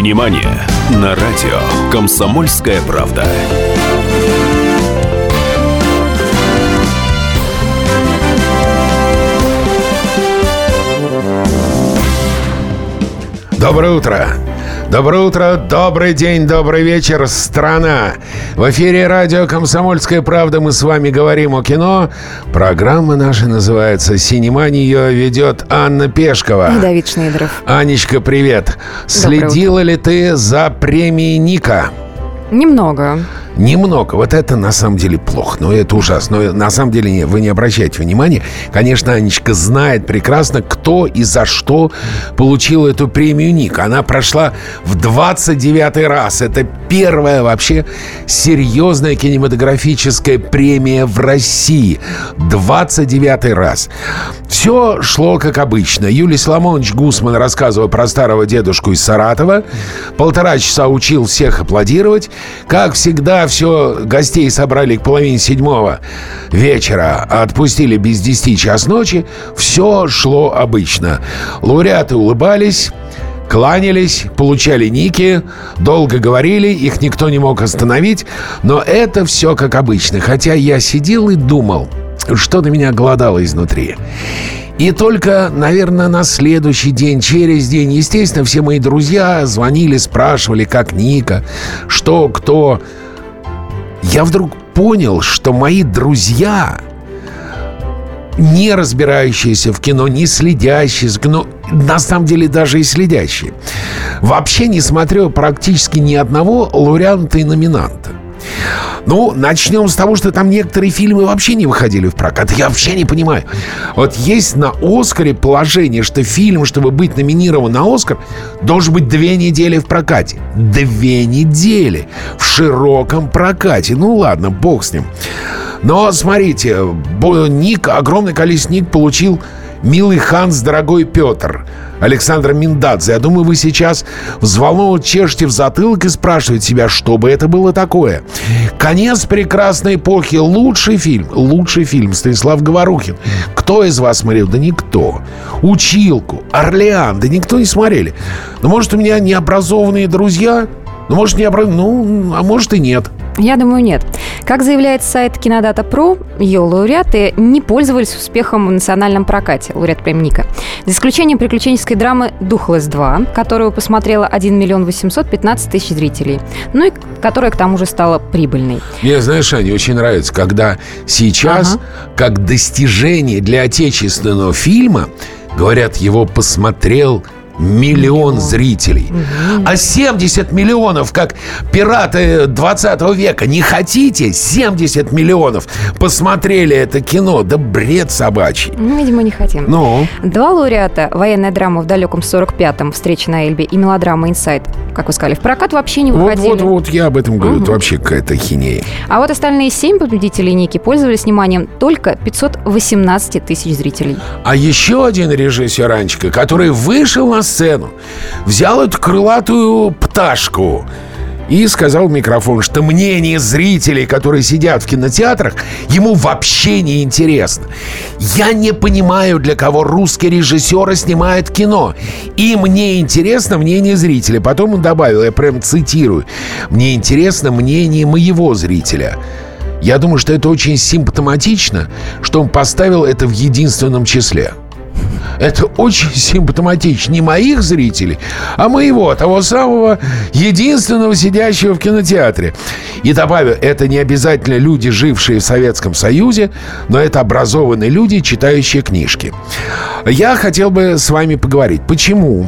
Внимание! На радио «Комсомольская правда». Доброе утро! Доброе утро, добрый день, добрый вечер, страна! В эфире радио «Комсомольская правда». Мы с вами говорим о кино. Программа наша называется «Синемания». Ее ведет Анна Пешкова. И Давид Шнейдеров. Анечка, привет! Следила ли ты за премией Ника? Немного. Немного. Вот это на самом деле плохо. Но это ужасно. Но на самом деле вы не обращайте внимания. Конечно, Анечка знает прекрасно, кто и за что получил эту премию Ник. Она прошла в 29-й раз. Это первая вообще серьезная кинематографическая премия в России. 29-й раз. Все шло как обычно. Юлий Соломонович Гусман рассказывал про старого дедушку из Саратова. 1,5 часа учил всех аплодировать. Как всегда, все, гостей собрали к 6:30 вечера, отпустили без 10 час ночи. Все шло обычно. Лауреаты улыбались, кланялись, получали ники, долго говорили, их никто не мог остановить. Но это все как обычно. Хотя я сидел и думал, что-то меня голодало изнутри. И только, наверное, на следующий день, через день, естественно, все мои друзья звонили, спрашивали, как Ника, что, кто. Я вдруг понял, что мои друзья, не разбирающиеся в кино, не следящие за кино, на самом деле даже и следящие, вообще не смотрел практически ни одного лауреата и номинанта. Ну, начнем с того, что там некоторые фильмы вообще не выходили в прокат. Я вообще не понимаю. Вот есть на «Оскаре» положение, что фильм, чтобы быть номинирован на «Оскар», должен быть 2 недели в прокате. 2 недели в широком прокате. Ну ладно, бог с ним. Но смотрите, Ник, огромное количество Ник получил «Милый Ханс, дорогой Петр» Александра Миндадзе. Я думаю, вы сейчас взволнованно чешете в затылок и спрашиваете себя, что бы это было такое. «Конец прекрасной эпохи». Лучший фильм. Станислав Говорухин. Кто из вас смотрел? Да никто. «Училку», «Орлеан». Да никто не смотрели. Но может, у меня необразованные друзья? А может и нет. Я думаю, нет. Как заявляет сайт Кинодата.про, ее лауреаты не пользовались успехом в национальном прокате, лауреат премии Ника. За исключением приключенческой драмы «Духлесс 2», которую посмотрело 1 815 000 зрителей. Ну и которая, к тому же, стала прибыльной. Мне, знаешь, Аня, очень нравится, когда сейчас, как достижение для отечественного фильма, говорят, его посмотрел 1 миллион зрителей. А 70 миллионов, как «Пираты 20 века». Не хотите? 70 миллионов посмотрели это кино. Да бред собачий. Видимо, не хотим. 2 лауреата: военная драма «В далеком 45-м», «Встреча на Эльбе», и мелодрама «Инсайд», как вы сказали, в прокат вообще не выходили. Вот, я об этом говорю. Это вообще какая-то хинея. А вот остальные 7 победителей Ники пользовались вниманием только 518 000 зрителей. А еще один режиссер, Анечка, который вышел на сцену, взял эту крылатую пташку и сказал в микрофон, что мнение зрителей, которые сидят в кинотеатрах, ему вообще не интересно. Я не понимаю, для кого русские режиссеры снимают кино. И мне интересно мнение зрителя. Потом он добавил, я прям цитирую: «Мне интересно мнение моего зрителя». Я думаю, что это очень симптоматично, что он поставил это в единственном числе. Это очень симптоматично. Не моих зрителей, а моего, того самого единственного сидящего в кинотеатре. И добавлю, это не обязательно люди, жившие в Советском Союзе, но это образованные люди, читающие книжки. Я хотел бы с вами поговорить. Почему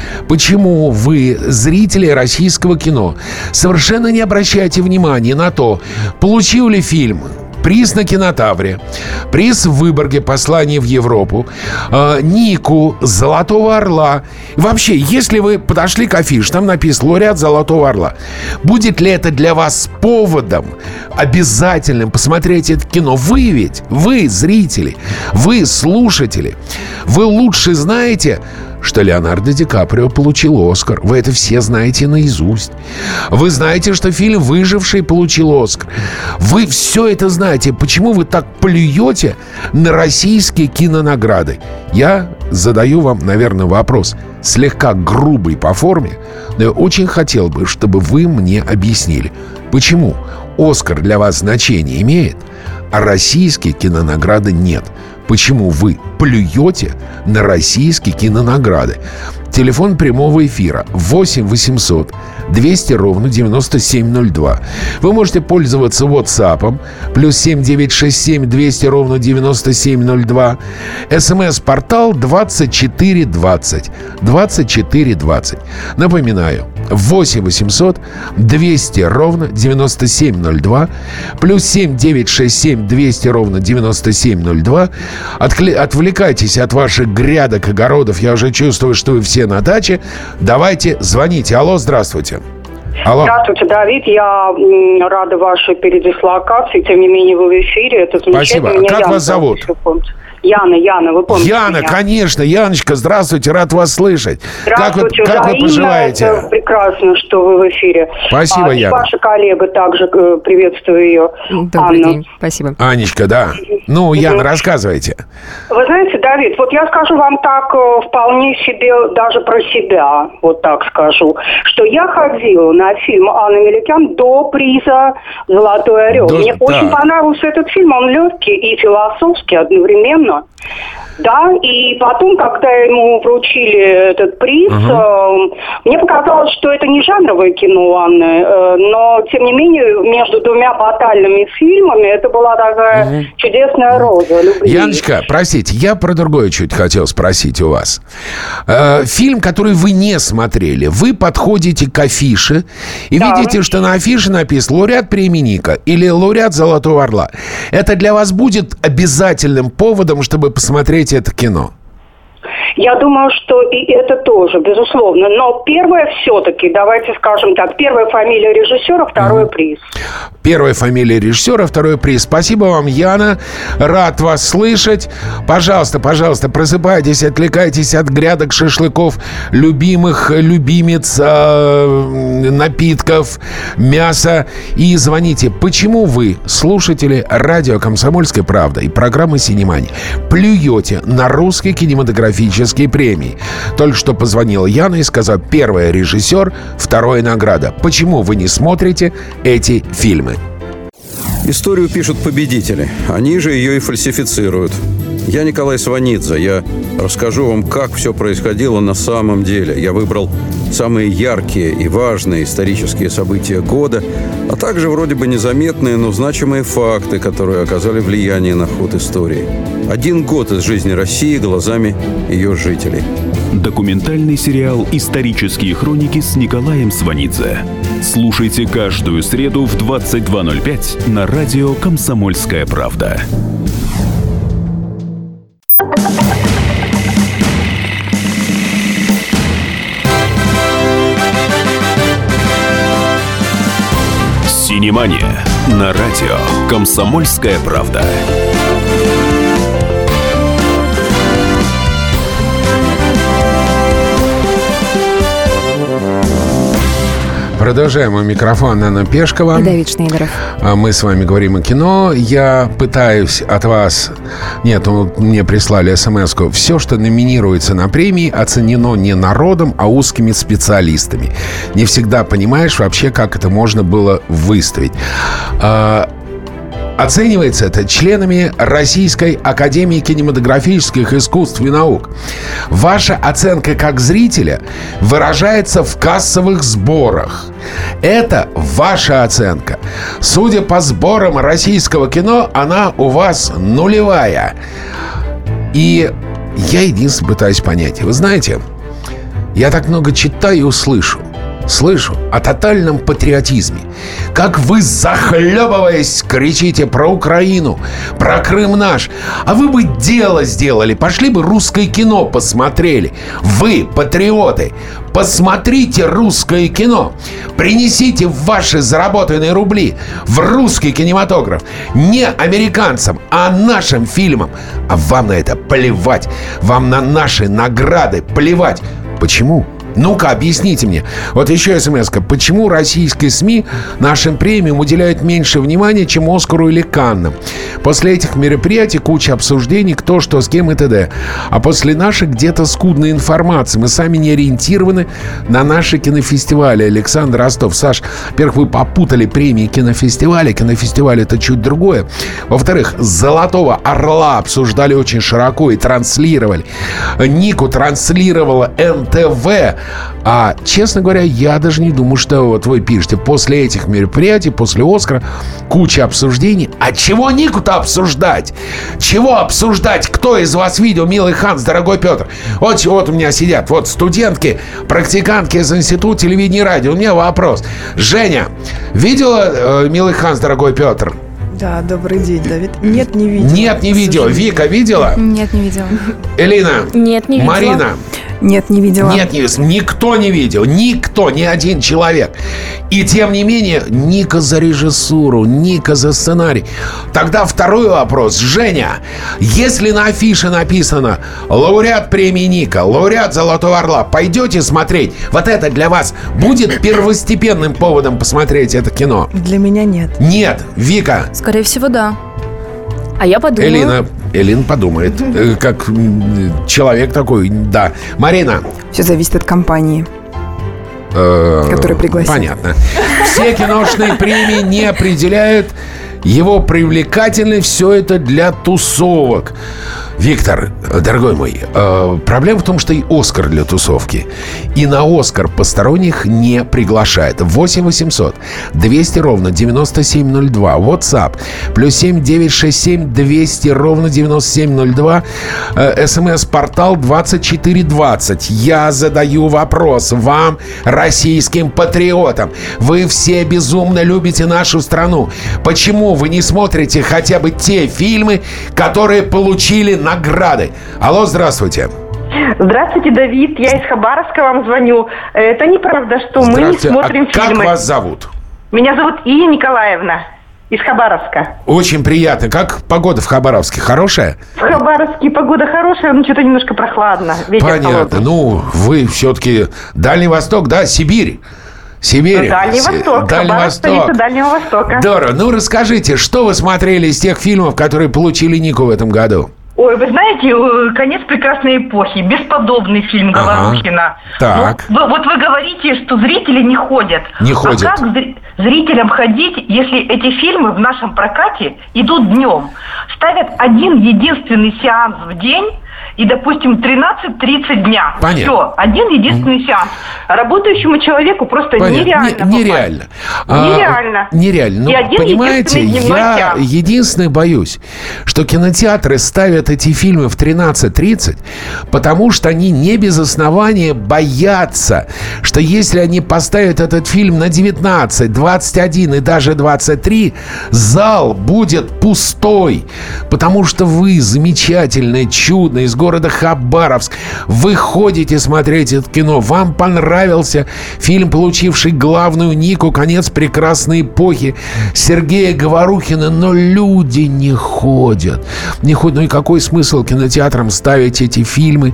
вы, зрители российского кино, совершенно не обращаете внимания на то, получил ли фильм приз на Кинотавре, приз в Выборге, послание в Европу, Нику, Золотого Орла. Вообще, если вы подошли к афише, там написано «Лауреат Золотого Орла», будет ли это для вас поводом обязательным посмотреть это кино? Вы зрители, вы слушатели, вы лучше знаете, что Леонардо Ди Каприо получил «Оскар». Вы это все знаете наизусть. Вы знаете, что фильм «Выживший» получил «Оскар». Вы все это знаете. Почему вы так плюете на российские кинонаграды? Я задаю вам, наверное, вопрос слегка грубый по форме, но я очень хотел бы, чтобы вы мне объяснили, почему «Оскар» для вас значение имеет, а российские кинонаграды нет. Почему вы плюете на российские кинонаграды? Телефон прямого эфира 8 800 200 ровно 9702. Вы можете пользоваться WhatsApp плюс 7 967 200 ровно 9702. СМС-портал 2420. 2420. Напоминаю, 8 800 200 ровно 9702 плюс 7 967 200 ровно 9702. Отвлекайтесь от ваших грядок, огородов. Я уже чувствую, что вы все на даче. Давайте, звоните. Алло, здравствуйте. Алло. Здравствуйте, Давид. Я рада вашей передислокации. Тем не менее, вы в эфире. Это замечательно. Спасибо. Как вас зовут? Яна, вы помните Яна, меня? Конечно. Яночка, здравствуйте, рад вас слышать. Здравствуйте, как вы поживаете? Это прекрасно, что вы в эфире. Спасибо, Яна. Ваша коллега также, приветствую ее. Добрый Анну. день, спасибо. Анечка, да. Ну, Яна, рассказывайте. Вы знаете, Давид, вот я скажу вам так вполне себе, даже про себя, вот так скажу, что я ходила на фильм Анны Меликян до приза «Золотой орел». Мне очень понравился этот фильм, он легкий и философский одновременно. Да, и потом, когда ему вручили этот приз, мне показалось, что это не жанровое кино Анны, но, тем не менее, между двумя батальными фильмами это была такая чудесная роза любви. Яночка, простите, я про другое чуть хотел спросить у вас. Фильм, который вы не смотрели, вы подходите к афише и видите, что на афише написано «Лауреат премии Ника» или «Лауреат Золотого Орла». Это для вас будет обязательным поводом, чтобы посмотреть это кино? Я думаю, что и это тоже, безусловно. Но первое все-таки, давайте скажем так, первая фамилия режиссера, второй приз. Первая фамилия режиссера, второй приз. Спасибо вам, Яна. Рад вас слышать. Пожалуйста, просыпайтесь, отвлекайтесь от грядок, шашлыков, любимец, напитков, мяса. И звоните. Почему вы, слушатели радио «Комсомольская правда» и программы «Синемания», плюете на русские кинематографические премии? Только что позвонила Яна и сказала: первый режиссер, вторая награда. Почему вы не смотрите эти фильмы? Историю пишут победители. Они же ее и фальсифицируют. Я Николай Сванидзе. Я расскажу вам, как все происходило на самом деле. Я выбрал самые яркие и важные исторические события года, а также вроде бы незаметные, но значимые факты, которые оказали влияние на ход истории. 1 год из жизни России глазами ее жителей. Документальный сериал «Исторические хроники» с Николаем Сванидзе. Слушайте каждую среду в 22:05 на радио «Комсомольская правда». «Синемания» на радио «Комсомольская правда». Продолжаем. У микрофона Анна Пешкова. И Давид Шнейдеров. Мы с вами говорим о кино. Я пытаюсь от вас... Нет, мне прислали смс-ку. Все, что номинируется на премии, оценено не народом, а узкими специалистами. Не всегда понимаешь вообще, как это можно было выставить. Оценивается это членами Российской академии кинематографических искусств и наук. Ваша оценка как зрителя выражается в кассовых сборах. Это ваша оценка. Судя по сборам российского кино, она у вас нулевая. И я единственное пытаюсь понять. Вы знаете, я так много читаю и слышу о тотальном патриотизме. Как вы, захлебываясь, кричите про Украину, про Крым наш. А вы бы дело сделали, пошли бы русское кино посмотрели. Вы, патриоты, посмотрите русское кино. Принесите ваши заработанные рубли в русский кинематограф. Не американцам, а нашим фильмам. А вам на это плевать. Вам на наши награды плевать. Почему? Ну-ка, объясните мне. Вот еще смс-ка. Почему российские СМИ нашим премиям уделяют меньше внимания, чем Оскару или Каннам? После этих мероприятий куча обсуждений, кто, что, с кем и т.д. А после наших где-то скудная информация. Мы сами не ориентированы на наши кинофестивали. Александр Ростов. Саш, во-первых, вы попутали премии кинофестиваля. Кинофестиваль — это чуть другое. Во-вторых, «Золотого орла» обсуждали очень широко и транслировали. Нику транслировала НТВ. А, честно говоря, я даже не думаю, что вот вы пишете, после этих мероприятий, после «Оскара» куча обсуждений. А чего Нику-то обсуждать? Чего обсуждать? Кто из вас видел «Милый Ханс», дорогой Петр? Вот у меня сидят вот студентки, практикантки из Института телевидения и радио. У меня вопрос. Женя, видела «Милый Ханс», дорогой Петр? Да, добрый день, Давид. Нет, не видела. Нет, не видела. Вика, видела? Нет, не видела. Элина? Нет, не видела. Марина? Нет, не видела. Нет, не видела. Никто не видел. Никто, ни один человек. И тем не менее, Ника за режиссуру, Ника за сценарий. Тогда второй вопрос. Женя, если на афише написано «Лауреат премии Ника», «Лауреат Золотого Орла», пойдете смотреть? Вот это для вас будет первостепенным поводом посмотреть это кино? Для меня нет. Нет. Вика? Скорее всего, да. А я подумаю. Элина подумает. Как человек такой, да. Марина? Все зависит от компании, которую пригласили. Понятно. Все киношные премии не определяют его привлекательность. Все это для тусовок. Виктор, дорогой мой, проблема в том, что и «Оскар» для тусовки. И на «Оскар» посторонних не приглашает. 8 800 200 ровно 9702. WhatsApp. +7 967 200 ровно 9702. СМС-портал 2420. Я задаю вопрос вам, российским патриотам. Вы все безумно любите нашу страну. Почему вы не смотрите хотя бы те фильмы, которые получили награды? Алло, здравствуйте. Здравствуйте, Давид. Я из Хабаровска вам звоню. Это неправда, что мы не смотрим фильмы. Как вас зовут? Меня зовут Ия Николаевна из Хабаровска. Очень приятно. Как погода в Хабаровске? Хорошая? В Хабаровске погода хорошая, но что-то немножко прохладно. Ветер понятно. холодный. Ну, вы все-таки Дальний Восток, да? Сибирь. Сибирь. Дальний Восток. Хабаровск, столица Дальнего Востока. Здорово. Ну, расскажите, что вы смотрели из тех фильмов, которые получили Нику в этом году? Ой, вы знаете, «Конец прекрасной эпохи», бесподобный фильм Говорухина. Так. Ну, вот вы говорите, что зрители не ходят. Не ходят. А как зрителям ходить, если эти фильмы в нашем прокате идут днем? Ставят один единственный сеанс в день и, допустим, 13-30 дня. Понятно. Все, один единственный сеанс. Работающему человеку просто нереально. Нереально. Нереально. Ну, и один понимаете, я сеанс. единственное боюсь, что кинотеатры ставят эти фильмы в 13:30, потому что они не без основания боятся, что если они поставят этот фильм на 19, 21 и даже 23, зал будет пустой. Потому что вы замечательные, чудные, из города Хабаровск. Вы ходите смотреть это кино. Вам понравился фильм, получивший главную Нику «Конец прекрасной эпохи» Сергея Говорухина, но люди не ходят. Не ходят. Ну и какой смысл кинотеатрам ставить эти фильмы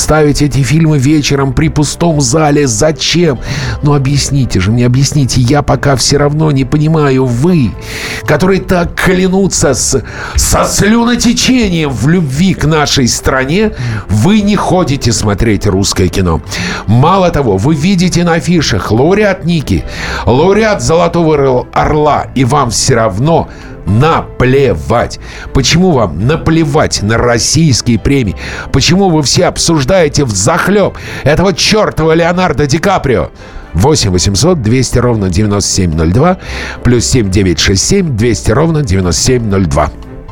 вечером при пустом зале? Зачем? Ну объясните же мне, объясните. Я пока все равно не понимаю. Вы, которые так клянутся со слюнотечением в любви к нашей стране, вы не ходите смотреть русское кино. Мало того, вы видите на афишах лауреат Ники, лауреат Золотого Орла, и вам все равно наплевать. Почему вам наплевать на российские премии? Почему вы все обсуждаете взахлеб этого чертова Леонардо Ди Каприо? 8 800 200 ровно 9702 +7 967 200 ровно 9702.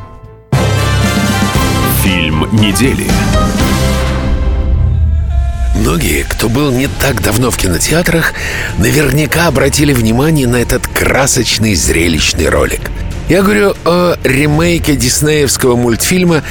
Фильм недели. Многие, кто был не так давно в кинотеатрах, наверняка обратили внимание на этот красочный зрелищный ролик. Я говорю о ремейке диснеевского мультфильма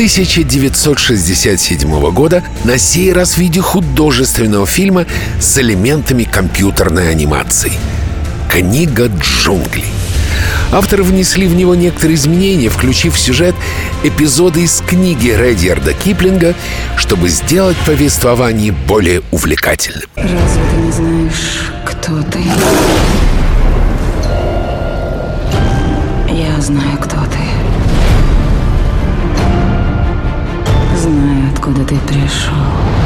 1967 года, на сей раз в виде художественного фильма с элементами компьютерной анимации. «Книга джунглей». Авторы внесли в него некоторые изменения, включив в сюжет эпизоды из книги Редьярда Киплинга, чтобы сделать повествование более увлекательным. Разве ты не знаешь, кто ты? Я знаю, кто ты. Знаю, откуда ты пришел.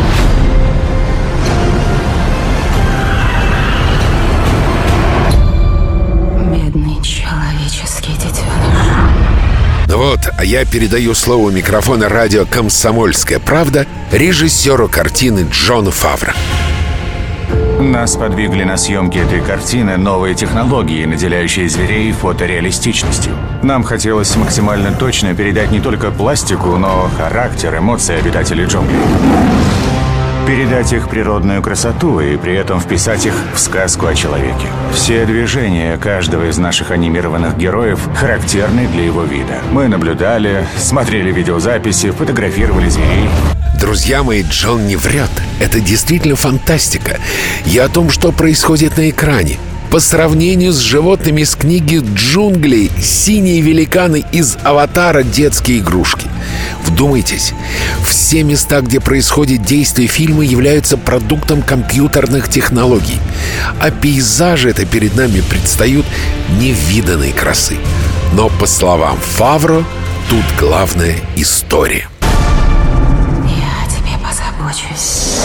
Бедный человеческий детеныш. Ну вот, а я передаю слово микрофона радио «Комсомольская правда» режиссеру картины Джону Фавро. Нас подвигли на съемки этой картины новые технологии, наделяющие зверей фотореалистичностью. Нам хотелось максимально точно передать не только пластику, но характер, эмоции обитателей джунглей. Передать их природную красоту и при этом вписать их в сказку о человеке. Все движения каждого из наших анимированных героев характерны для его вида. Мы наблюдали, смотрели видеозаписи, фотографировали зверей. Друзья мои, Джон не врет. Это действительно фантастика. И о том, что происходит на экране. По сравнению с животными из книги «Джунглей», синие великаны из «Аватара» — детские игрушки. Вдумайтесь, все места, где происходит действие фильма, являются продуктом компьютерных технологий. А пейзажи это перед нами предстают невиданной красы. Но, по словам Фавро, тут главная история. Я тебе позабочусь.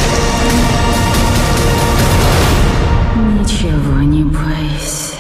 Ничего не бойся.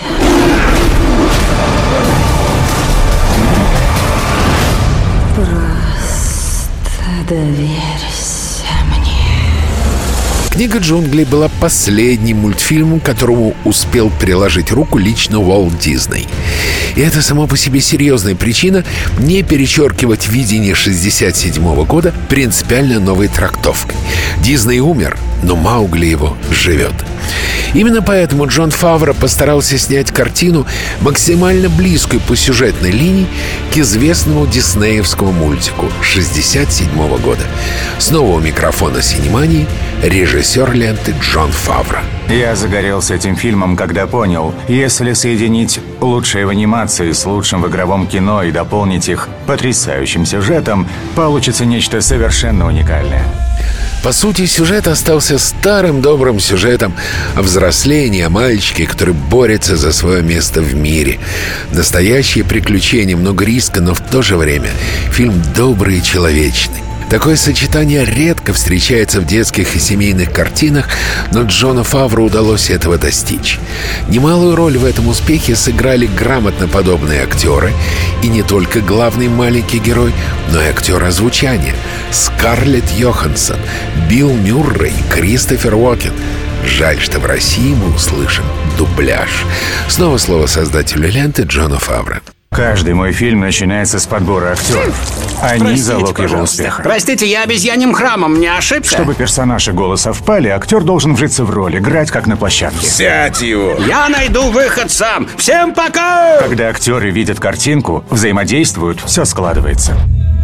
Просто доверься мне. Книга «Джунглей» была последним мультфильмом, к которому успел приложить руку лично Уолт Дисней. И это само по себе серьезная причина не перечеркивать видение 1967 года принципиально новой трактовкой. Дисней умер, но Маугли его живет. Именно поэтому Джон Фавро постарался снять картину максимально близкую по сюжетной линии к известному диснеевскому мультику 1967 года. Снова у микрофона «Синемании» режиссер ленты Джон Фавро. Я загорелся этим фильмом, когда понял, если соединить лучшее в анимации с лучшим в игровом кино и дополнить их потрясающим сюжетом, получится нечто совершенно уникальное. По сути, сюжет остался старым добрым сюжетом о взрослении, о мальчике, который борется за свое место в мире. Настоящее приключение, много риска, но в то же время фильм добрый и человечный. Такое сочетание редко встречается в детских и семейных картинах, но Джону Фавро удалось этого достичь. Немалую роль в этом успехе сыграли грамотно подобные актеры, и не только главный маленький герой, но и актеры озвучания. Скарлетт Йоханссон, Билл Мюррей, Кристофер Уокен. Жаль, что в России мы услышим дубляж. Снова слово создателю ленты Джону Фавро. Каждый мой фильм начинается с подбора актеров. Они залог его успеха. Простите, я обезьяньим храмом не ошибся? Чтобы персонаж и голос совпали, актер должен вжиться в роль, играть как на площадке. Взять его! Я найду выход сам! Всем пока! Когда актеры видят картинку, взаимодействуют, все складывается.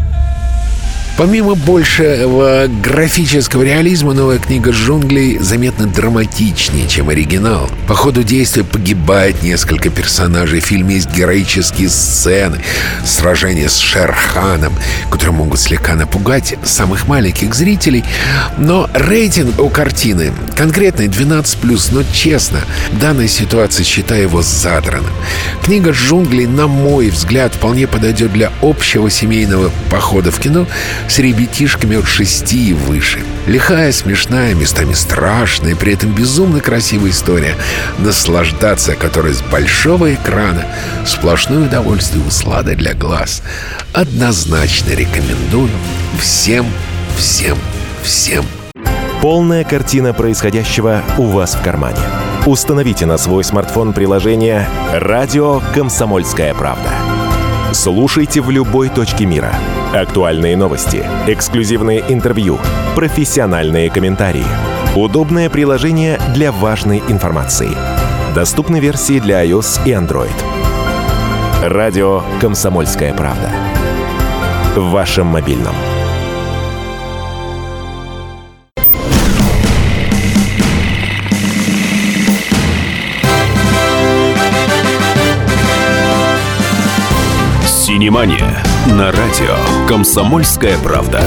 Помимо большего графического реализма, новая книга «Джунглей» заметно драматичнее, чем оригинал. По ходу действия погибает несколько персонажей. В фильме есть героические сцены, сражения с Шер-Ханом, которые могут слегка напугать самых маленьких зрителей. Но рейтинг у картины конкретный 12+, но честно, в данной ситуации считаю его задранным. Книга «Джунглей», на мой взгляд, вполне подойдет для общего семейного похода в кино с ребятишками от 6 и выше. Лихая, смешная, местами страшная, при этом безумно красивая история, наслаждаться которой с большого экрана сплошное удовольствие и услада для глаз. Однозначно рекомендую всем. Полная картина происходящего у вас в кармане. Установите на свой смартфон приложение «Радио Комсомольская правда». Слушайте в любой точке мира. Актуальные новости, эксклюзивные интервью, профессиональные комментарии. Удобное приложение для важной информации. Доступны версии для iOS и Android. Радио «Комсомольская правда». В вашем мобильном. Синемания на радио «Комсомольская правда».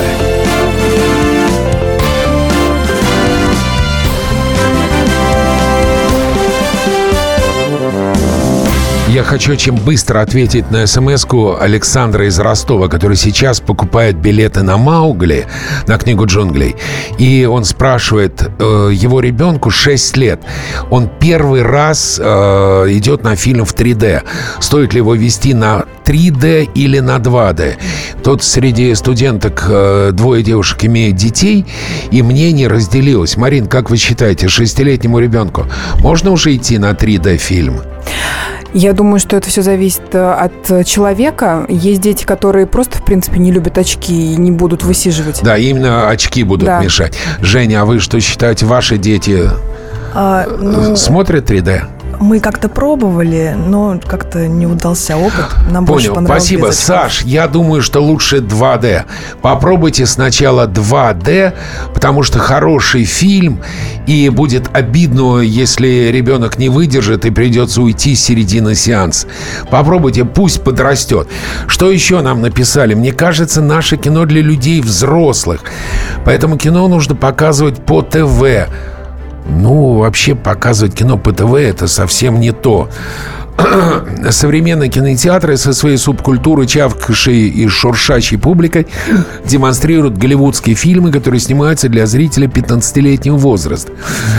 Я хочу очень быстро ответить на смс-ку Александра из Ростова, который сейчас покупает билеты на «Маугли», на книгу джунглей. И он спрашивает, его ребенку 6 лет. Он первый раз идет на фильм в 3D. Стоит ли его везти на 3D или на 2D? Тут среди студенток 2 девушек имеют детей, и мнение разделилось. Марин, как вы считаете, 6-летнему ребенку можно уже идти на 3D-фильм? Я думаю, что это все зависит от человека. Есть дети, которые просто, в принципе, не любят очки и не будут высиживать. Да, именно очки будут мешать. Женя, а вы что считаете, ваши дети смотрят 3D? Мы как-то пробовали, но как-то не удался опыт. Нам больше понравилось. Спасибо. Саш, я думаю, что лучше 2D. Попробуйте сначала 2D, потому что хороший фильм, и будет обидно, если ребенок не выдержит и придется уйти с середины сеанса. Попробуйте, пусть подрастет. Что еще нам написали? Мне кажется, наше кино для людей взрослых. Поэтому кино нужно показывать по ТВ. Ну, вообще показывать кино по ТВ – это совсем не то. Современные кинотеатры со своей субкультурой, чавкавшей и шуршащей публикой демонстрируют голливудские фильмы, которые снимаются для зрителя 15-летнего возраста.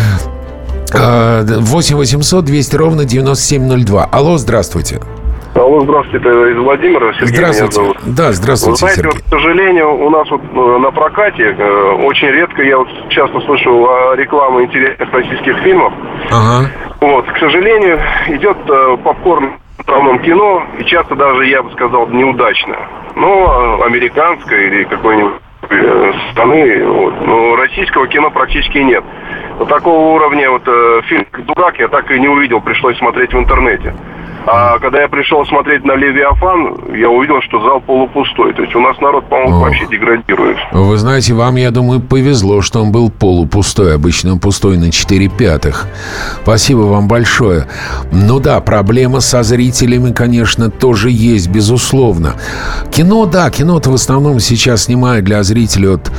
8 800 200 ровно 9702. Алло, здравствуйте. Алло, здравствуйте, это из Владимира, Сергей здравствуйте. Меня зовут. Да, здравствуйте, знаете, Сергей. Вот, к сожалению, у нас вот на прокате очень редко, я вот часто слышу рекламу интересных российских фильмов. Ага. Вот, к сожалению, идет попкорн в основном кино, и часто даже, я бы сказал, неудачно. Но американское или какой-нибудь страны, вот. Но российского кино практически нет. Вот такого уровня вот фильм «Дурак» я так и не увидел, пришлось смотреть в интернете. А когда я пришел смотреть на «Левиафан», я увидел, что зал полупустой. То есть у нас народ, по-моему, вообще деградирует. Вы знаете, вам, я думаю, повезло, что он был полупустой. Обычно он пустой на 4/5. Спасибо вам большое. Ну да, проблема со зрителями, конечно, тоже есть, безусловно. Кино, да, кино-то в основном сейчас снимают для зрителей от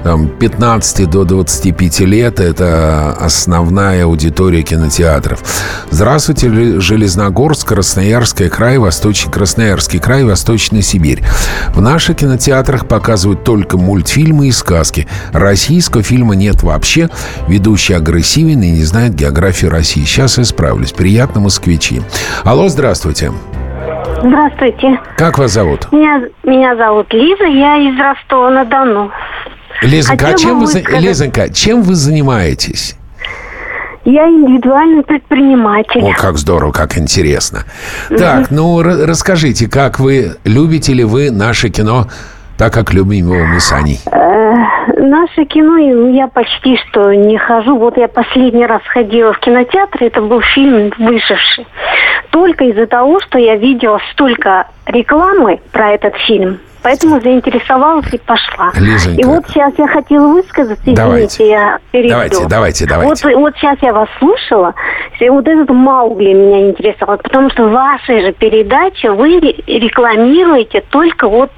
15 до 25 лет. Это основная аудитория кинотеатров. Здравствуйте, Железногорск, Красноярский край, Красноярский край, Восточная Сибирь. В наших кинотеатрах показывают только мультфильмы и сказки. Российского фильма нет вообще. Ведущий агрессивен и не знает географию России. Сейчас исправлюсь. Приятно, москвичи. Алло, здравствуйте. Здравствуйте. Как вас зовут? Меня зовут Лиза, я из Ростова-на-Дону. Лизонька, чем вы занимаетесь? Я индивидуальный предприниматель. О, как здорово, как интересно. Так, ну расскажите, как вы, любите ли вы наше кино так, как любим его мы с Аней? Наше кино я почти что не хожу. Вот я последний раз ходила в кинотеатр, это был фильм «Выживший». Только из-за того, что я видела столько рекламы про этот фильм. Поэтому заинтересовалась и пошла. Лизонька. И вот сейчас я хотела высказаться. Извините, я перейду. Давайте. Вот сейчас я вас слушала, и вот этот «Маугли» меня интересовал, потому что в вашей же передаче вы рекламируете только вот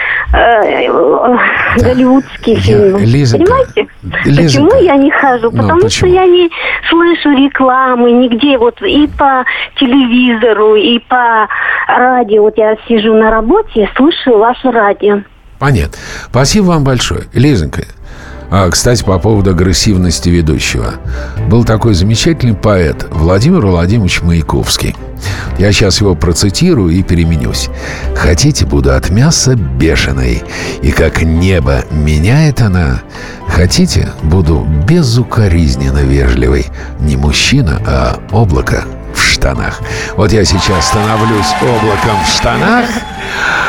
голливудские фильмы. Понимаете? Почему я не хожу? Потому что я не слышу рекламы нигде, вот и по телевизору, и по радио. Вот я сижу на работе, слушаю ваше радио. Понятно. Спасибо вам большое. Лизонька, кстати, по поводу агрессивности ведущего. Был такой замечательный поэт Владимир Владимирович Маяковский. Я сейчас его процитирую и переменюсь. «Хотите, буду от мяса бешеной, и как небо меняет она. Хотите, буду безукоризненно вежливой. Не мужчина, а облако в штанах». Вот я сейчас становлюсь облаком в штанах.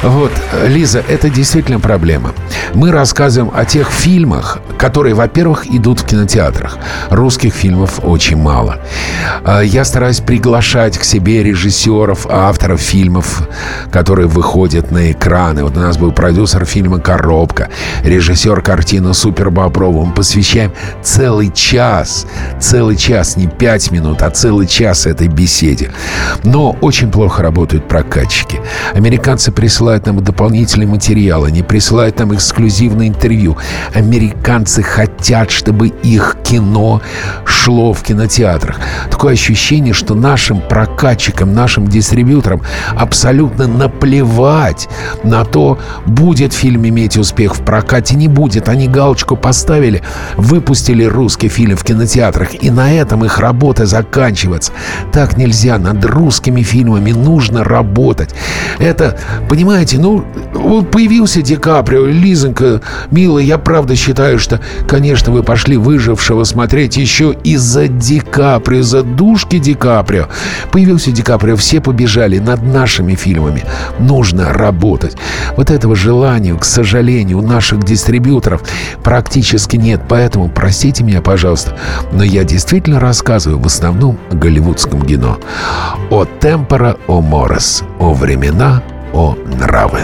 Вот, Лиза, это действительно проблема. Мы рассказываем о тех фильмах, которые, во-первых, идут в кинотеатрах. Русских фильмов очень мало. Я стараюсь приглашать к себе режиссеров, авторов фильмов, которые выходят на экраны. Вот у нас был продюсер фильма «Коробка», режиссер картины «Супер Боброва». Мы посвящаем целый час, не 5 минут, а целый час этой беседе. Но очень плохо работают прокатчики. Американцы присылают нам дополнительные материалы, они присылают нам эксклюзивное интервью. Американцы хотят, чтобы их кино шло в кинотеатрах. Такое ощущение, что нашим прокатчикам, нашим дистрибьюторам абсолютно наплевать на то, будет фильм иметь успех в прокате, не будет. Они галочку поставили, выпустили русский фильм в кинотеатрах, и на этом их работа заканчивается. Так нельзя. Над русскими фильмами нужно работать. Это, понимаете, вот появился Ди Каприо. Лизонька, милая, я правда считаю, что, конечно, вы пошли «Выжившего» смотреть еще из-за Ди Каприо, из-за душки Ди Каприо. Появился Ди Каприо, все побежали. Над нашими фильмами нужно работать. Вот этого желания, к сожалению, у наших дистрибьюторов практически нет. Поэтому, простите меня, пожалуйста, но я действительно рассказываю в основном о голливудском кино. О темпора, о морес, о времена, о нравы.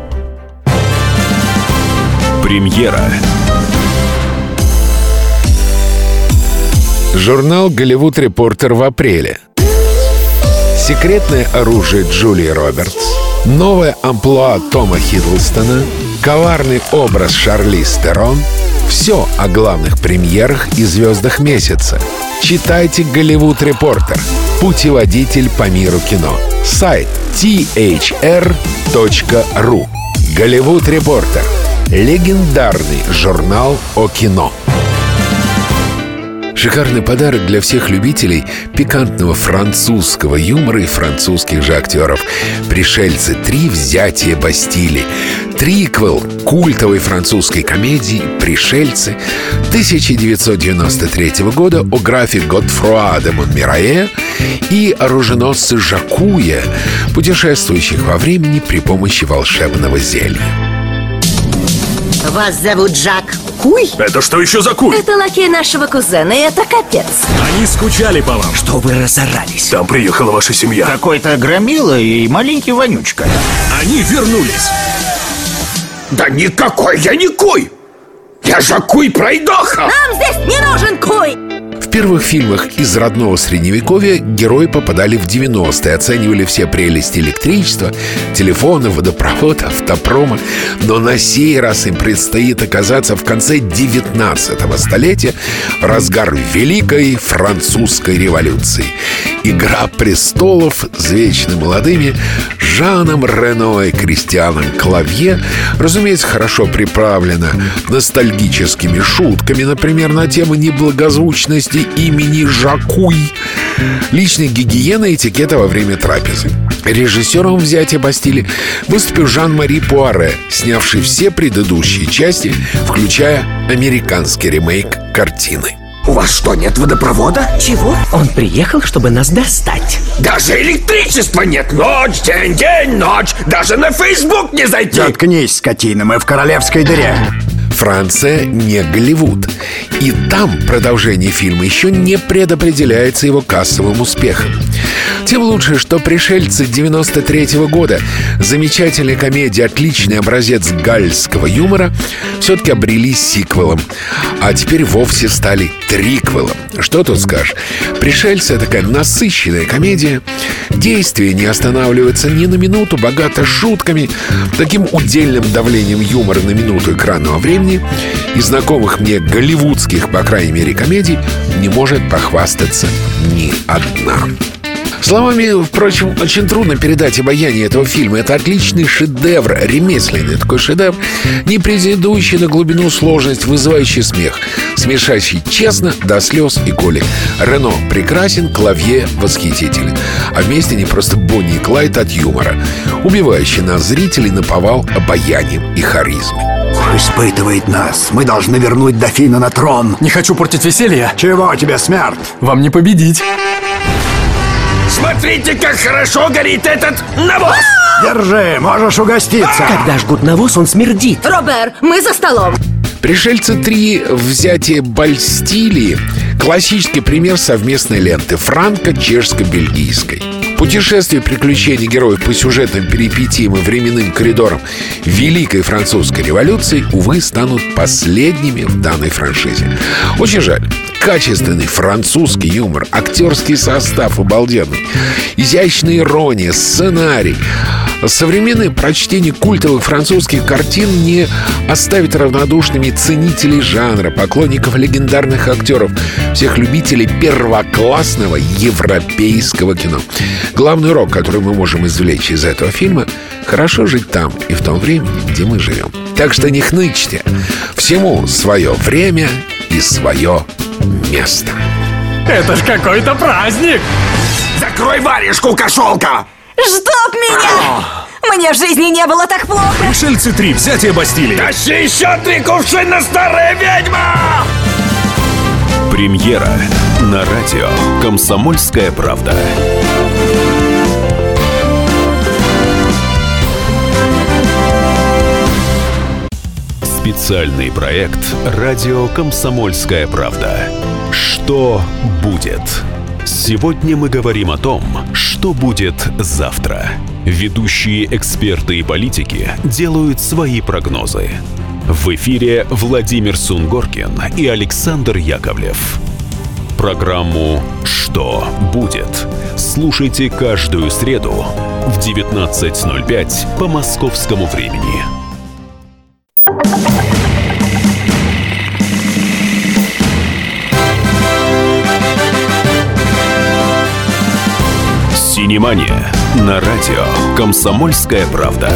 Премьера. Журнал «Голливуд Репортер» в апреле. Секретное оружие Джулии Робертс, новое амплуа Тома Хиддлстона, коварный образ Шарлиз Терон. Все о главных премьерах и звездах месяца. Читайте «Голливуд Репортер». Путеводитель по миру кино. Сайт thr.ru. «Голливуд Репортер». Легендарный журнал о кино. Шикарный подарок для всех любителей пикантного французского юмора и французских же актеров. «Пришельцы 3. Взятие Бастилии». Триквел культовой французской комедии «Пришельцы» 1993 года о графе Готфруа де Монмирае и оруженосце Жакуе, путешествующих во времени при помощи волшебного зелья. Вас зовут Жак Куй? Это что еще за Куй? Это лакей нашего кузена, и это капец. Они скучали по вам. Что вы разорались? Там приехала ваша семья. Какой-то громила и маленький вонючка. Они вернулись. Да никакой я не Куй! Я же Куй-пройдоха! Нам здесь не нужен Куй! В первых фильмах из родного Средневековья герои попадали в 90-е, оценивали все прелести электричества, телефона, водопровода, автопрома. Но на сей раз им предстоит оказаться в конце 19-го столетия, в разгар Великой Французской революции. «Игра престолов» с вечно молодыми Жаном Рено и Кристианом Клавье, разумеется, хорошо приправлена ностальгическими шутками, например, на тему неблагозвучности имени Жакуй, личной гигиены и этикета во время трапезы. Режиссером «Взятия Бастилии» выступил Жан-Мари Пуаре, снявший все предыдущие части, включая американский ремейк картины. У вас что, нет водопровода? Чего? Он приехал, чтобы нас достать. Даже электричества нет. Ночь, день, ночь. Даже на Facebook не зайти. Заткнись, скотина, мы в королевской дыре. Франция не Голливуд. И там продолжение фильма еще не предопределяется его кассовым успехом. Тем лучше, что «Пришельцы» 93-го года, замечательная комедия, отличный образец галльского юмора, все-таки обрели сиквелом. А теперь вовсе стали триквелом. Что тут скажешь? «Пришельцы» — такая насыщенная комедия. Действие не останавливается ни на минуту, богато шутками, таким удельным давлением юмора на минуту экранного времени. И знакомых мне голливудских, по крайней мере, комедий не может похвастаться ни одна. Словами, впрочем, очень трудно передать обаяние этого фильма. Это отличный шедевр, ремесленный такой шедевр, не претендующий на глубину, сложность, вызывающий смех, смешащий честно до слез и колик. Рено прекрасен, Клавье восхитителен. А вместе они просто Бонни и Клайд от юмора, убивающий нас, зрителей, наповал обаянием и харизмой. Испытывает нас. Мы должны вернуть дофина на трон. Не хочу портить веселье. Чего тебе, смерть? Вам не победить. Смотрите, как хорошо горит этот навоз! Держи, можешь угоститься. Когда жгут навоз, он смердит. Робер, мы за столом. «Пришельцы 3. Взятие Бастилии» — классический пример совместной ленты франко-чешско-бельгийской. Путешествие приключений героев по сюжетным перипетиям и временным коридорам Великой Французской революции, увы, станут последними в данной франшизе. Очень жаль. Качественный французский юмор, актерский состав обалденный, изящная ирония, сценарий. Современное прочтение культовых французских картин не оставит равнодушными ценителей жанра, поклонников легендарных актеров, всех любителей первоклассного европейского кино. Главный урок, который мы можем извлечь из этого фильма — хорошо жить там и в том времени, где мы живем. Так что не хнычьте. Всему свое время и свое место. Это ж какой-то праздник! Закрой варежку, кошелка! Чтоб меня! Мне в жизни не было так плохо. Пришельцы 3. Взятие Бастилии. Тащи еще 3 кувшина, старая ведьма! Премьера на радио «Комсомольская правда». Специальный проект «Радио Комсомольская правда». Что будет? Сегодня мы говорим о том, что будет завтра. Ведущие эксперты и политики делают свои прогнозы. В эфире Владимир Сунгоркин и Александр Яковлев. Программу «Что будет?» слушайте каждую среду в 19:05 по московскому времени. Синемания на радио «Комсомольская правда».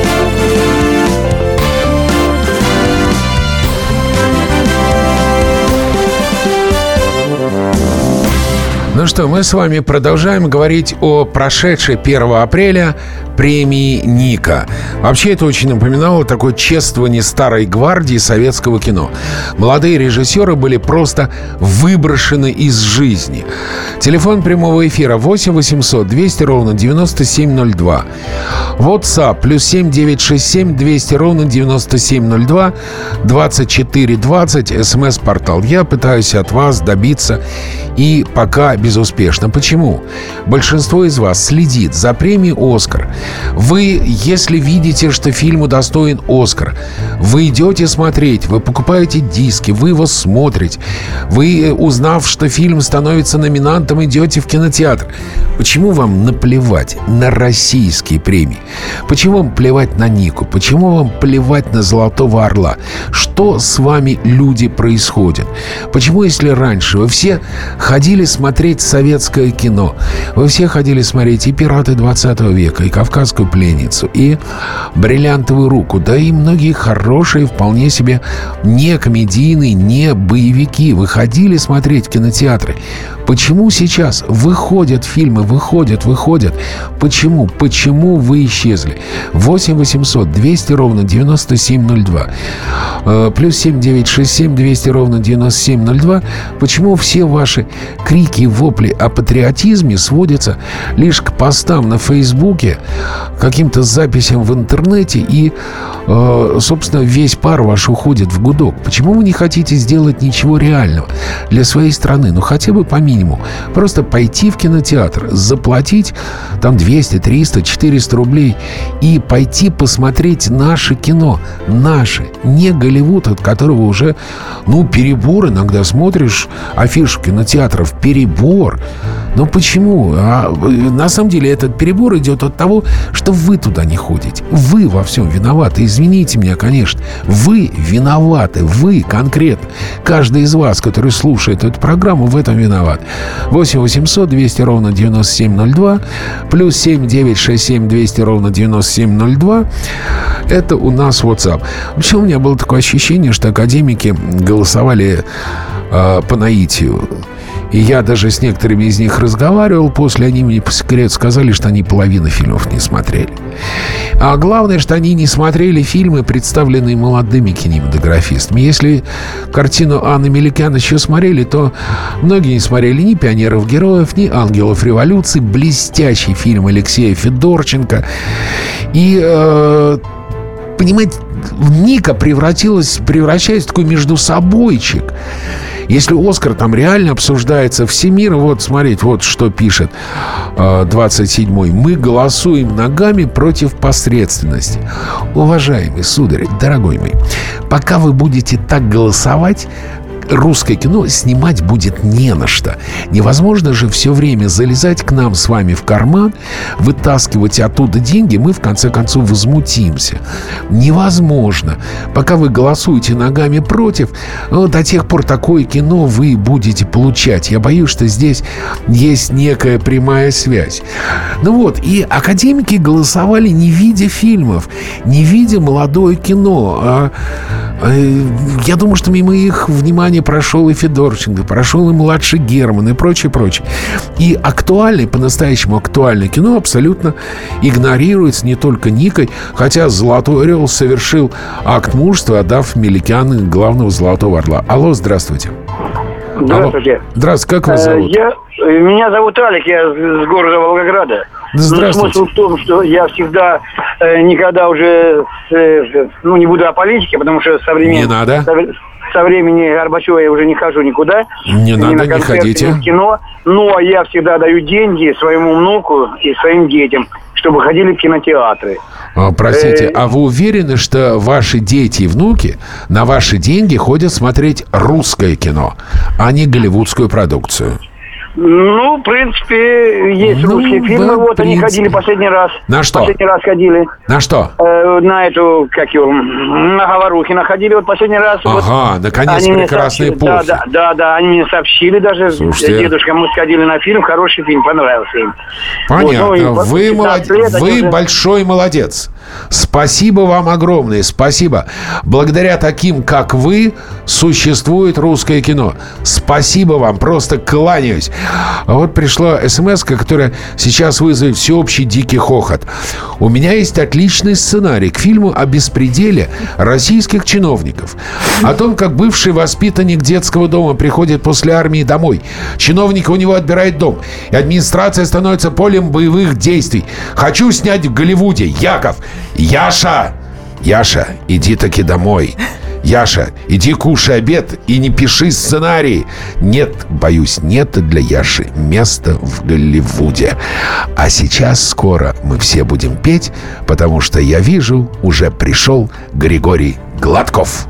Ну что, мы с вами продолжаем говорить о прошедшей 1 апреля премии Ника. Вообще это очень напоминало такое чествование старой гвардии советского кино. Молодые режиссеры были просто выброшены из жизни. Телефон прямого эфира 8 800 200 ровно 9702. WhatsApp +7 967 200 ровно 9702. 2420 СМС-портал. Я пытаюсь от вас добиться, и пока безуспешно. Почему? Большинство из вас следит за премией «Оскар». Вы, если видите, что фильм удостоен «Оскар», вы идете смотреть, вы покупаете диски, вы его смотрите. Вы, узнав, что фильм становится номинантом, идете в кинотеатр. Почему вам наплевать на российские премии? Почему вам плевать на Нику? Почему вам плевать на «Золотого орла»? Что с вами, люди, происходит? Почему, если раньше вы все ходили смотреть советское кино, вы все ходили смотреть и «Пираты 20 века», и «Кавказскую пленницу», и «Бриллиантовую руку», да и многие хорошие, вполне себе не комедийные, не боевики. Вы ходили смотреть в кинотеатры. Почему сейчас выходят фильмы, выходят? Почему? Почему вы исчезли? 8 800 200 ровно 9702. +7 967 200 ровно 9702. Почему все ваши крики и вопли о патриотизме сводятся лишь к постам на Фейсбуке, каким-то записям в интернете, и, собственно, весь пар ваш уходит в гудок? Почему вы не хотите сделать ничего реального для своей страны? Ну, хотя бы по минимуму. Просто пойти в кинотеатр, заплатить там 200, 300, 400 рублей и пойти посмотреть наше кино. Наше. Не Голливуд, от которого уже, перебор. Иногда смотришь афишу кинотеатров. Перебор. Но почему? На самом деле этот перебор идет от того, что вы туда не ходите. Вы во всем виноваты. Извините меня, конечно. Вы виноваты. Вы конкретно. Каждый из вас, который слушает эту программу, в этом виноват. 8 800 200 ровно 9702. +7 967 200 ровно 9702. Это у нас WhatsApp. Вообще у меня было такое ощущение, что академики голосовали по наитию. И я даже с некоторыми из них разговаривал. После они мне по секрету сказали, что они половину фильмов не смотрели. А главное, что они не смотрели фильмы, представленные молодыми кинематографистами. Если картину Анны Меликян еще смотрели, то многие не смотрели ни «Пионеров-героев», ни «Ангелов революции». Блестящий фильм Алексея Федорченко. И, понимаете, Ника превращается в такой междусобойчик. Если «Оскар» там реально обсуждается всемирно, вот, смотрите, вот что пишет 27-й. «Мы голосуем ногами против посредственности». Уважаемый сударь, дорогой мой, пока вы будете так голосовать, русское кино снимать будет не на что. Невозможно же все время залезать к нам с вами в карман, вытаскивать оттуда деньги, мы в конце концов возмутимся. Невозможно. Пока вы голосуете ногами против, до тех пор такое кино вы будете получать. Я боюсь, что здесь есть некая прямая связь. Ну вот, и академики голосовали, не видя фильмов, не видя молодое кино. Я думаю, что мимо их внимания прошел и Федорченко, прошел и младший Герман и прочее. И актуальное, по-настоящему актуальное кино абсолютно игнорируется не только Никой, хотя «Золотой орел» совершил акт мужества, отдав Меликян главного «Золотого орла». Алло, здравствуйте. Здравствуйте. Алло. Здравствуйте, как вас зовут? Меня зовут Алик, я с города Волгограда. Здравствуйте. Смысл в том, что я всегда никогда уже не буду о политике, потому что со времени... Не надо. Со времени Горбачева я уже не хожу никуда. Не надо, не ходите. Ни в кино. Но я всегда даю деньги своему внуку и своим детям, чтобы ходили в кинотеатры. Простите, а вы уверены, что ваши дети и внуки на ваши деньги ходят смотреть русское кино, а не голливудскую продукцию? Ну, в принципе, есть русские фильмы. Вот они ходили последний раз. На что? Последний раз ходили. На что? На эту, на Говорухина ходили вот последний раз. Ага, вот. Наконец, прекрасная эпоха. Да, они мне сообщили даже. Слушайте. Дедушка, мы сходили на фильм, хороший фильм, понравился им. Понятно. Вот, вы большой молодец. Спасибо вам огромное, спасибо. Благодаря таким, как вы, существует русское кино. Спасибо вам, просто кланяюсь. А вот пришла смс-ка, которая сейчас вызовет всеобщий дикий хохот. У меня есть отличный сценарий к фильму о беспределе российских чиновников. О том, как бывший воспитанник детского дома приходит после армии домой. Чиновник у него отбирает дом. И администрация становится полем боевых действий. Хочу снять в Голливуде. Яков! Яша, иди таки домой. Яша, иди кушай обед и не пиши сценарий. Нет, боюсь, нет для Яши места в Голливуде. А сейчас скоро мы все будем петь, потому что я вижу, уже пришел Григорий Гладков.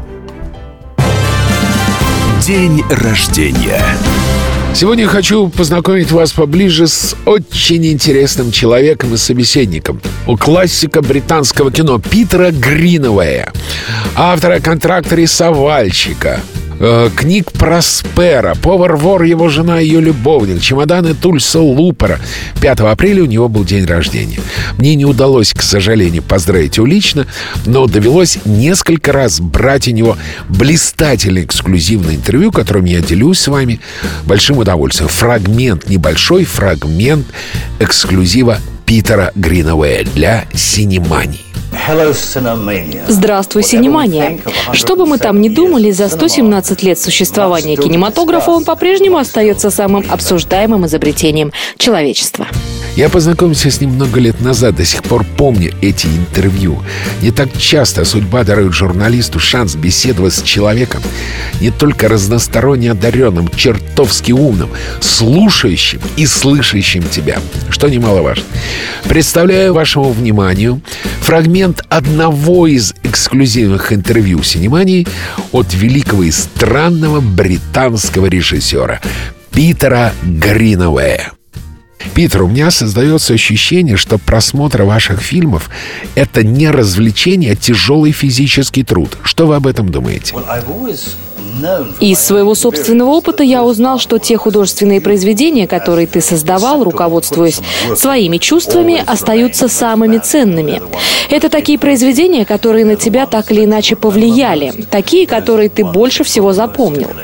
День рождения. Сегодня я хочу познакомить вас поближе с очень интересным человеком и собеседником. У классика британского кино Питера Гриновэя, автора «Контракта рисовальщика», книг Проспера, «Повар-вор, его жена и ее любовник», «Чемоданы Тульса Лупера». 5 апреля у него был день рождения. Мне не удалось, к сожалению, поздравить его лично, но довелось несколько раз брать у него блистательное эксклюзивное интервью, которым я делюсь с вами большим удовольствием. Небольшой фрагмент эксклюзива Питера Гриновэя для «Синемании». Здравствуй, Синемания. Что бы мы там ни думали, за 117 лет существования кинематографа он по-прежнему остается самым обсуждаемым изобретением человечества. Я познакомился с ним много лет назад, до сих пор помню эти интервью. Не так часто судьба дарует журналисту шанс беседовать с человеком не только разносторонне одаренным, чертовски умным, слушающим и слышащим тебя, что немаловажно. Представляю вашему вниманию фрагмент одного из эксклюзивных интервью «Синемании» от великого и странного британского режиссера Питера Гриновэя. Питер, у меня создается ощущение, что просмотр ваших фильмов — это не развлечение, а тяжелый физический труд. Что вы об этом думаете? Из своего собственного опыта я узнал, что те художественные произведения, которые ты создавал, руководствуясь своими чувствами, остаются самыми ценными. Это такие произведения, которые на тебя так или иначе повлияли, такие, которые ты больше всего запомнил.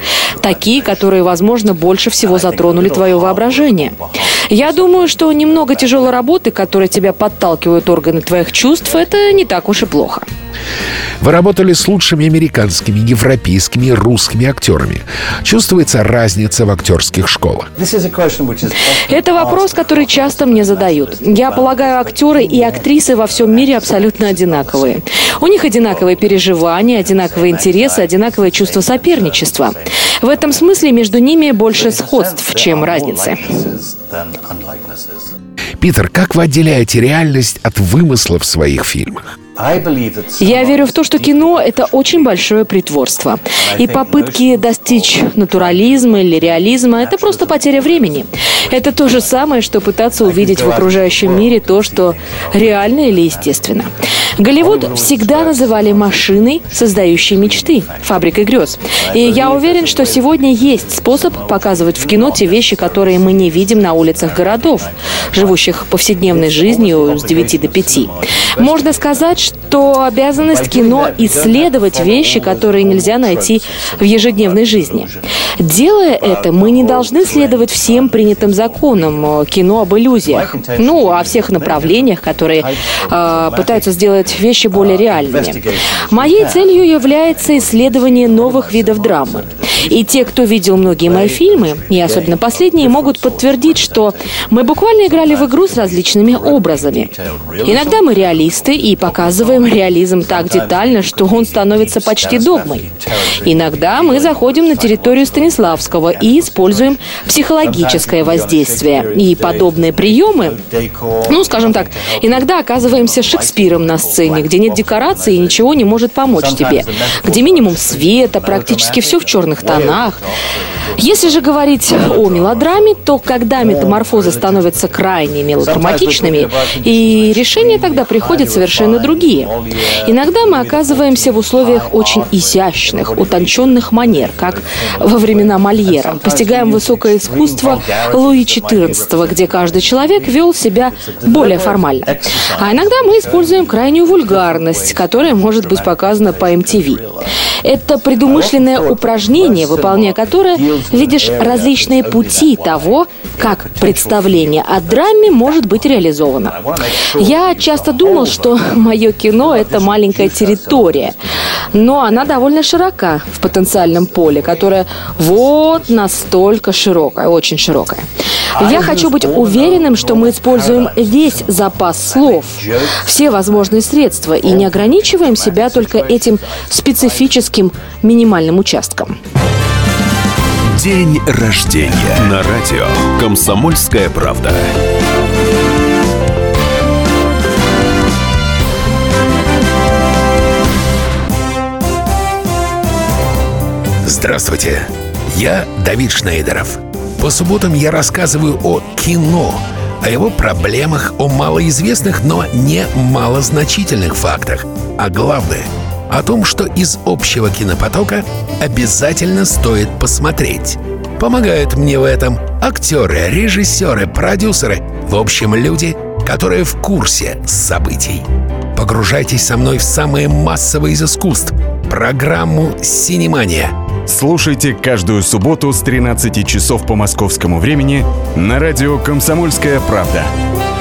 Такие, которые, возможно, больше всего затронули твое воображение. Я думаю, что немного тяжелой работы, которые тебя подталкивают органы твоих чувств, это не так уж и плохо. Вы работали с лучшими американскими, европейскими и русскими актерами. Чувствуется разница в актерских школах? Это вопрос, который часто мне задают. Я полагаю, актеры и актрисы во всем мире абсолютно одинаковые. У них одинаковые переживания, одинаковые интересы, одинаковое чувство соперничества. В этом смысле между ними больше сходств, чем разницы. Питер, как вы отделяете реальность от вымысла в своих фильмах? Я верю в то, что кино — это очень большое притворство. И попытки достичь натурализма или реализма — это просто потеря времени. Это то же самое, что пытаться увидеть в окружающем мире то, что реально или естественно. Голливуд всегда называли машиной, создающей мечты, фабрикой грез. И я уверен, что сегодня есть способ показывать в кино те вещи, которые мы не видим на улицах городов, живущих повседневной жизнью с 9 до 5. Можно сказать, что обязанность кино — исследовать вещи, которые нельзя найти в ежедневной жизни. Делая это, мы не должны следовать всем принятым законам кино об иллюзиях, о всех направлениях, которые пытаются сделать вещи более реальными. Моей целью является исследование новых видов драмы. И те, кто видел многие мои фильмы, и особенно последние, могут подтвердить, что мы буквально играли в игру с различными образами. Иногда мы реалисты и показываем реализм так детально, что он становится почти догмой. Иногда мы заходим на территорию Станиславского и используем психологическое воздействие. И подобные приемы, скажем так, иногда оказываемся Шекспиром на сцене, где нет декораций и ничего не может помочь тебе, где минимум света, практически все в черных тонах. Если же говорить о мелодраме, то когда метаморфозы становятся крайне мелодраматичными, и решения тогда приходят совершенно другие. Иногда мы оказываемся в условиях очень изящных, утонченных манер, как во времена Мольера. Постигаем высокое искусство Луи XIV, где каждый человек вел себя более формально. А иногда мы используем крайнюю вульгарность, которая может быть показана по MTV. Это предумышленное упражнение, выполняя которое видишь различные пути того, как представление о драме может быть реализовано. Я часто думал, что мое кино — это маленькая территория, но она довольно широка в потенциальном поле, которое вот настолько широкое, очень широкое. Я хочу быть уверенным, что мы используем весь запас слов, все возможные средства и не ограничиваем себя только этим специфическим минимальным участком. День рождения на радио «Комсомольская правда». Здравствуйте, я Давид Шнейдеров. По субботам я рассказываю о кино, о его проблемах, о малоизвестных, но не малозначительных фактах. А главное — о том, что из общего кинопотока обязательно стоит посмотреть. Помогают мне в этом актеры, режиссеры, продюсеры, в общем, люди, которые в курсе событий. Погружайтесь со мной в самое массовое из искусств — программу «Синемания». Слушайте каждую субботу с 13 часов по московскому времени на радио «Комсомольская правда».